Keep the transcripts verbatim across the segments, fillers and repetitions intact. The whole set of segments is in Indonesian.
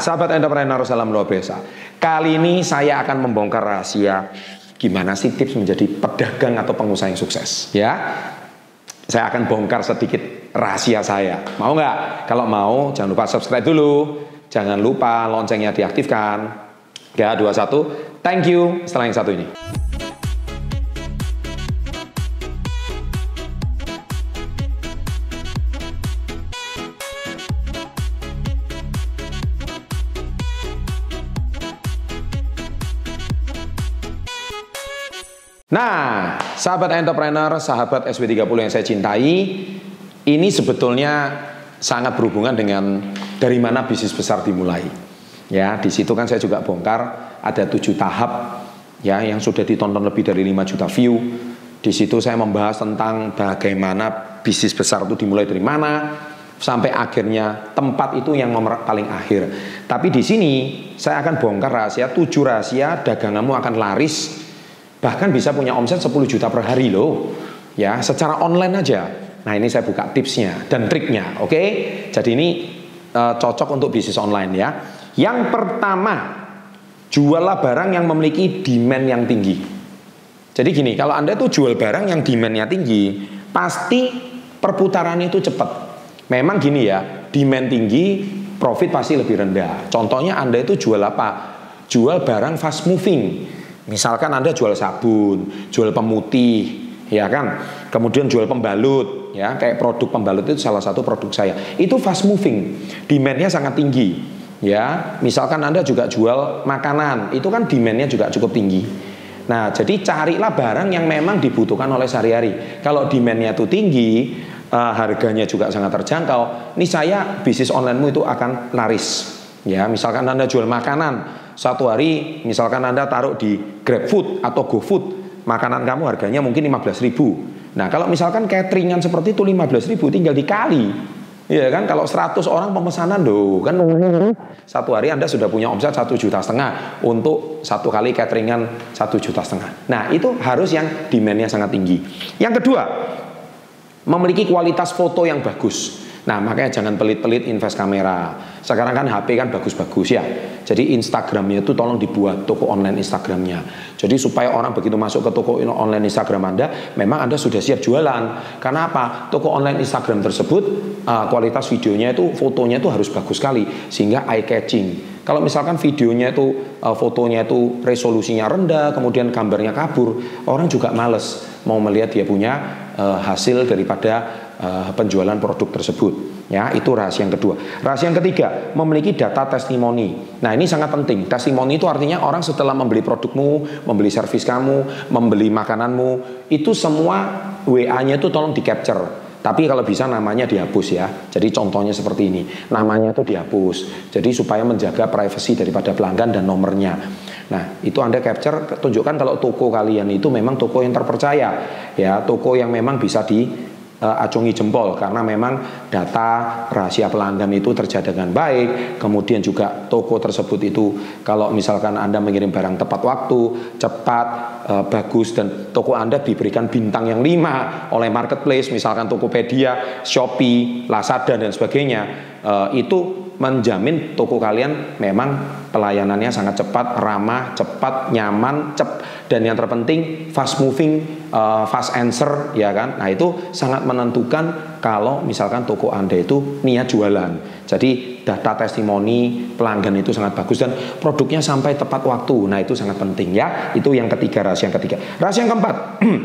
sahabat entrepreneur, salam luar biasa. Kali ini saya akan membongkar rahasia gimana sih tips menjadi pedagang atau pengusaha yang sukses. Ya, saya akan bongkar sedikit rahasia saya. Mau nggak? Kalau mau, jangan lupa subscribe dulu. Jangan lupa loncengnya diaktifkan. tiga, dua, satu. Thank you. Setelah yang satu ini. Nah, sahabat entrepreneur, sahabat S W tiga puluh yang saya cintai, ini sebetulnya sangat berhubungan dengan dari mana bisnis besar dimulai. Ya, di situ kan saya juga bongkar ada tujuh tahap ya yang sudah ditonton lebih dari lima juta view. Di situ saya membahas tentang bagaimana bisnis besar itu dimulai dari mana sampai akhirnya tempat itu yang nomor paling akhir. Tapi di sini saya akan bongkar rahasia tujuh rahasia daganganmu akan laris. Bahkan bisa punya omset sepuluh juta per hari loh. Ya, secara online aja. Nah, ini saya buka tipsnya dan triknya, oke? Jadi ini e, cocok untuk bisnis online ya. Yang pertama, juallah barang yang memiliki demand yang tinggi. Jadi gini, kalau Anda tuh jual barang yang demandnya tinggi, pasti perputarannya itu cepat. Memang gini ya, demand tinggi, profit pasti lebih rendah. Contohnya Anda itu jual apa? Jual barang fast moving. Misalkan Anda jual sabun, jual pemutih, ya kan? Kemudian jual pembalut, ya kayak produk pembalut itu salah satu produk saya. Itu fast moving, demandnya sangat tinggi, ya. Misalkan Anda juga jual makanan, itu kan demandnya juga cukup tinggi. Nah, jadi carilah barang yang memang dibutuhkan oleh sehari-hari. Kalau demandnya itu tinggi, uh, harganya juga sangat terjangkau. Ini saya bisnis onlinemu itu akan laris. Ya, misalkan Anda jual makanan. Satu hari misalkan Anda taruh di GrabFood atau GoFood, makanan kamu harganya mungkin lima belas ribu. Nah, kalau misalkan cateringan seperti itu lima belas ribu tinggal dikali. Ya kan, kalau seratus orang pemesanan loh, kan satu hari Anda sudah punya omset satu juta setengah untuk satu kali cateringan satu juta setengah. Nah, itu harus yang demandnya sangat tinggi. Yang kedua, memiliki kualitas foto yang bagus. Nah, makanya jangan pelit-pelit invest kamera. Sekarang kan H P kan bagus-bagus ya. Jadi Instagramnya itu tolong dibuat toko online Instagramnya. Jadi supaya orang begitu masuk ke toko online Instagram Anda, memang Anda sudah siap jualan. Karena apa? Toko online Instagram tersebut uh, kualitas videonya itu, fotonya itu harus bagus sekali sehingga eye catching. Kalau misalkan videonya itu, uh, fotonya itu resolusinya rendah, kemudian gambarnya kabur, orang juga males mau melihat dia punya uh, hasil daripada uh, penjualan produk tersebut. Ya, itu rahasia yang kedua. Rahasia yang ketiga, memiliki data testimoni. Nah, ini sangat penting. Testimoni itu artinya orang setelah membeli produkmu, membeli servis kamu, membeli makananmu, itu semua W A-nya itu tolong di capture. Tapi kalau bisa namanya dihapus ya. Jadi contohnya seperti ini, namanya itu dihapus. Jadi supaya menjaga privasi daripada pelanggan dan nomornya. Nah, itu Anda capture, tunjukkan kalau toko kalian itu memang toko yang terpercaya, ya, toko yang memang bisa di Uh, acungi jempol karena memang data rahasia pelanggan itu terjaga dengan baik. Kemudian juga toko tersebut itu kalau misalkan Anda mengirim barang tepat waktu, cepat, uh, bagus, dan toko Anda diberikan bintang yang lima oleh marketplace, misalkan Tokopedia, Shopee, Lazada dan sebagainya, uh, itu menjamin toko kalian memang pelayanannya sangat cepat, ramah, cepat, nyaman, cep, dan yang terpenting fast moving, uh, fast answer, ya kan? Nah, itu sangat menentukan kalau misalkan toko Anda itu niat jualan. Jadi data testimoni pelanggan itu sangat bagus dan produknya sampai tepat waktu. Nah, itu sangat penting ya. Itu yang ketiga, rahasia yang ketiga. Rahasia yang keempat,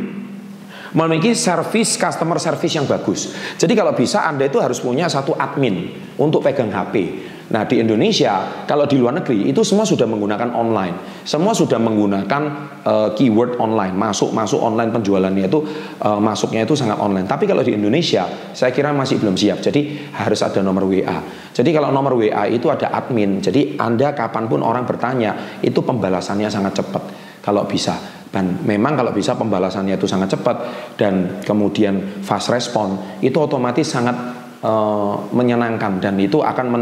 memiliki service customer service yang bagus. Jadi kalau bisa Anda itu harus punya satu admin untuk pegang H P. Nah, di Indonesia, kalau di luar negeri itu semua sudah menggunakan online. Semua sudah menggunakan uh, keyword online, masuk-masuk online penjualannya itu uh, masuknya itu sangat online. Tapi kalau di Indonesia, saya kira masih belum siap. Jadi harus ada nomor W A. Jadi kalau nomor W A itu ada admin. Jadi Anda kapanpun orang bertanya, itu pembalasannya sangat cepat kalau bisa. Dan memang kalau bisa pembalasannya itu sangat cepat dan kemudian fast respon, itu otomatis sangat uh, menyenangkan dan itu akan men,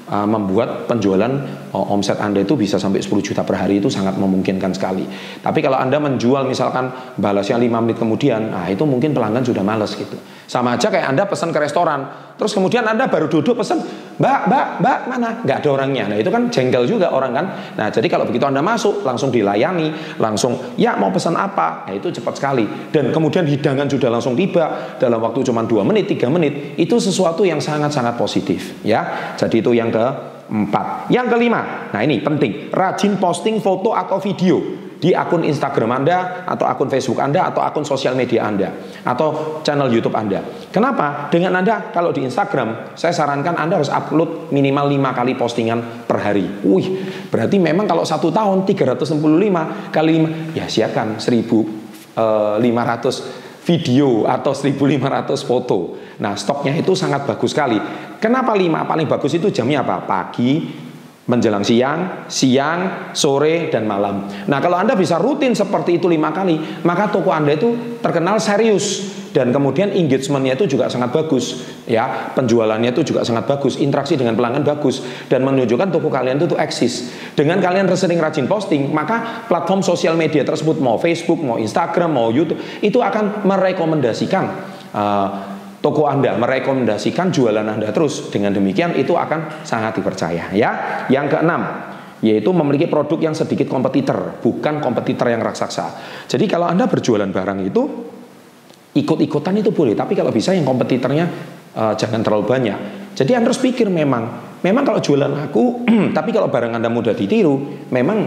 uh, membuat penjualan uh, omset Anda itu bisa sampai sepuluh juta per hari, itu sangat memungkinkan sekali. Tapi kalau Anda menjual misalkan balasnya lima menit kemudian, nah itu mungkin pelanggan sudah males gitu. Sama aja kayak Anda pesan ke restoran, terus kemudian Anda baru duduk pesan, mbak, mbak, mbak, mana? Nggak ada orangnya. Nah itu kan jengkel juga orang kan. Nah jadi kalau begitu Anda masuk, langsung dilayani, langsung, ya mau pesan apa? Nah itu cepat sekali. Dan kemudian hidangan sudah langsung tiba dalam waktu cuma dua menit, tiga menit. Itu sesuatu yang sangat-sangat positif. Ya, jadi itu yang keempat. Yang kelima, nah ini penting, rajin posting foto atau video di akun Instagram Anda, atau akun Facebook Anda, atau akun sosial media Anda, atau channel YouTube Anda. Kenapa? Dengan Anda kalau di Instagram, saya sarankan Anda harus upload minimal lima kali postingan per hari. Wih, berarti memang kalau satu tahun tiga ratus enam puluh lima kali lima, ya siapkan seribu lima ratus video atau seribu lima ratus foto. Nah stoknya itu sangat bagus sekali. Kenapa lima? Paling bagus itu jamnya apa? Pagi, menjelang siang, siang, sore, dan malam. Nah kalau Anda bisa rutin seperti itu lima kali, maka toko Anda itu terkenal serius. Dan kemudian engagementnya itu juga sangat bagus, ya, penjualannya itu juga sangat bagus, interaksi dengan pelanggan bagus, dan menunjukkan toko kalian itu tuh eksis. Dengan kalian sering rajin posting, maka platform sosial media tersebut, mau Facebook, mau Instagram, mau YouTube, itu akan merekomendasikan uh, toko Anda, merekomendasikan jualan Anda terus. Dengan demikian itu akan sangat dipercaya, ya. Yang keenam, yaitu memiliki produk yang sedikit kompetitor, bukan kompetitor yang raksasa. Jadi kalau Anda berjualan barang itu ikut-ikutan itu boleh, tapi kalau bisa yang kompetitornya uh, jangan terlalu banyak. Jadi Anda harus pikir memang, memang kalau jualan laku, tapi kalau barang Anda mudah ditiru, memang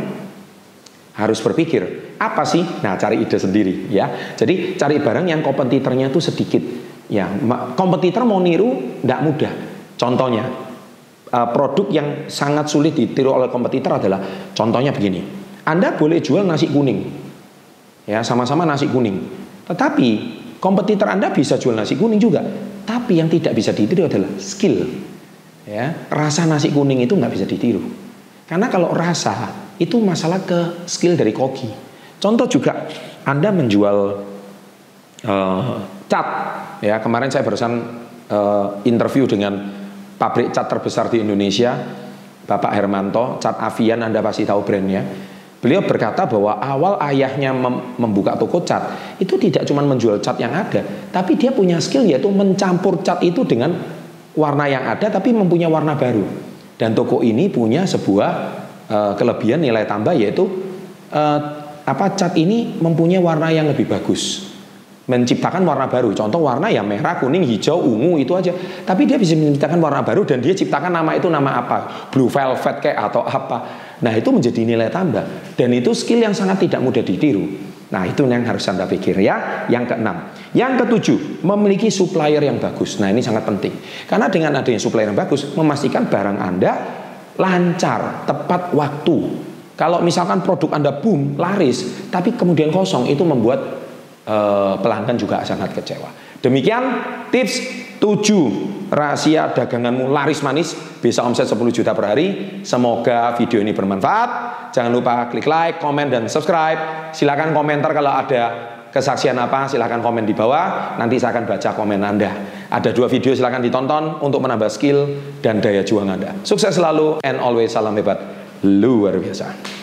harus berpikir apa sih? Nah, cari ide sendiri, ya. Jadi cari barang yang kompetitornya itu sedikit. Ya, kompetitor mau niru tidak mudah. Contohnya, uh, produk yang sangat sulit ditiru oleh kompetitor adalah, contohnya begini. Anda boleh jual nasi kuning, ya, sama-sama nasi kuning. Tetapi kompetitor Anda bisa jual nasi kuning juga, tapi yang tidak bisa ditiru adalah skill. Ya, rasa nasi kuning itu nggak bisa ditiru. Karena kalau rasa itu masalah ke skill dari koki. Contoh juga, Anda menjual uh, cat. Ya, kemarin saya barusan uh, interview dengan pabrik cat terbesar di Indonesia, Bapak Hermanto, Cat Avian, Anda pasti tahu brandnya. Beliau berkata bahwa awal ayahnya mem membuka toko cat itu tidak cuma menjual cat yang ada, tapi dia punya skill yaitu mencampur cat itu dengan warna yang ada tapi mempunyai warna baru. Dan toko ini punya sebuah uh, kelebihan nilai tambah, yaitu uh, apa cat ini mempunyai warna yang lebih bagus, menciptakan warna baru. Contoh warna ya merah, kuning, hijau, ungu itu aja. Tapi dia bisa menciptakan warna baru dan dia ciptakan nama itu nama apa? Blue velvet kayak atau apa. Nah itu menjadi nilai tambah. Dan itu skill yang sangat tidak mudah ditiru. Nah itu yang harus Anda pikir, ya. Yang keenam. Yang ketujuh, memiliki supplier yang bagus. Nah ini sangat penting. Karena dengan adanya supplier yang bagus, memastikan barang Anda lancar, tepat waktu. Kalau misalkan produk Anda boom, laris, tapi kemudian kosong, itu membuat uh, pelanggan juga sangat kecewa. Demikian tips tujuh rahasia daganganmu laris manis, bisa omset sepuluh juta per hari. Semoga video ini bermanfaat. Jangan lupa klik like, komen, dan subscribe. Silakan komentar kalau ada kesaksian apa, silakan komen di bawah. Nanti saya akan baca komen Anda. Ada dua video, silakan ditonton untuk menambah skill dan daya juang Anda. Sukses selalu and always salam hebat luar biasa.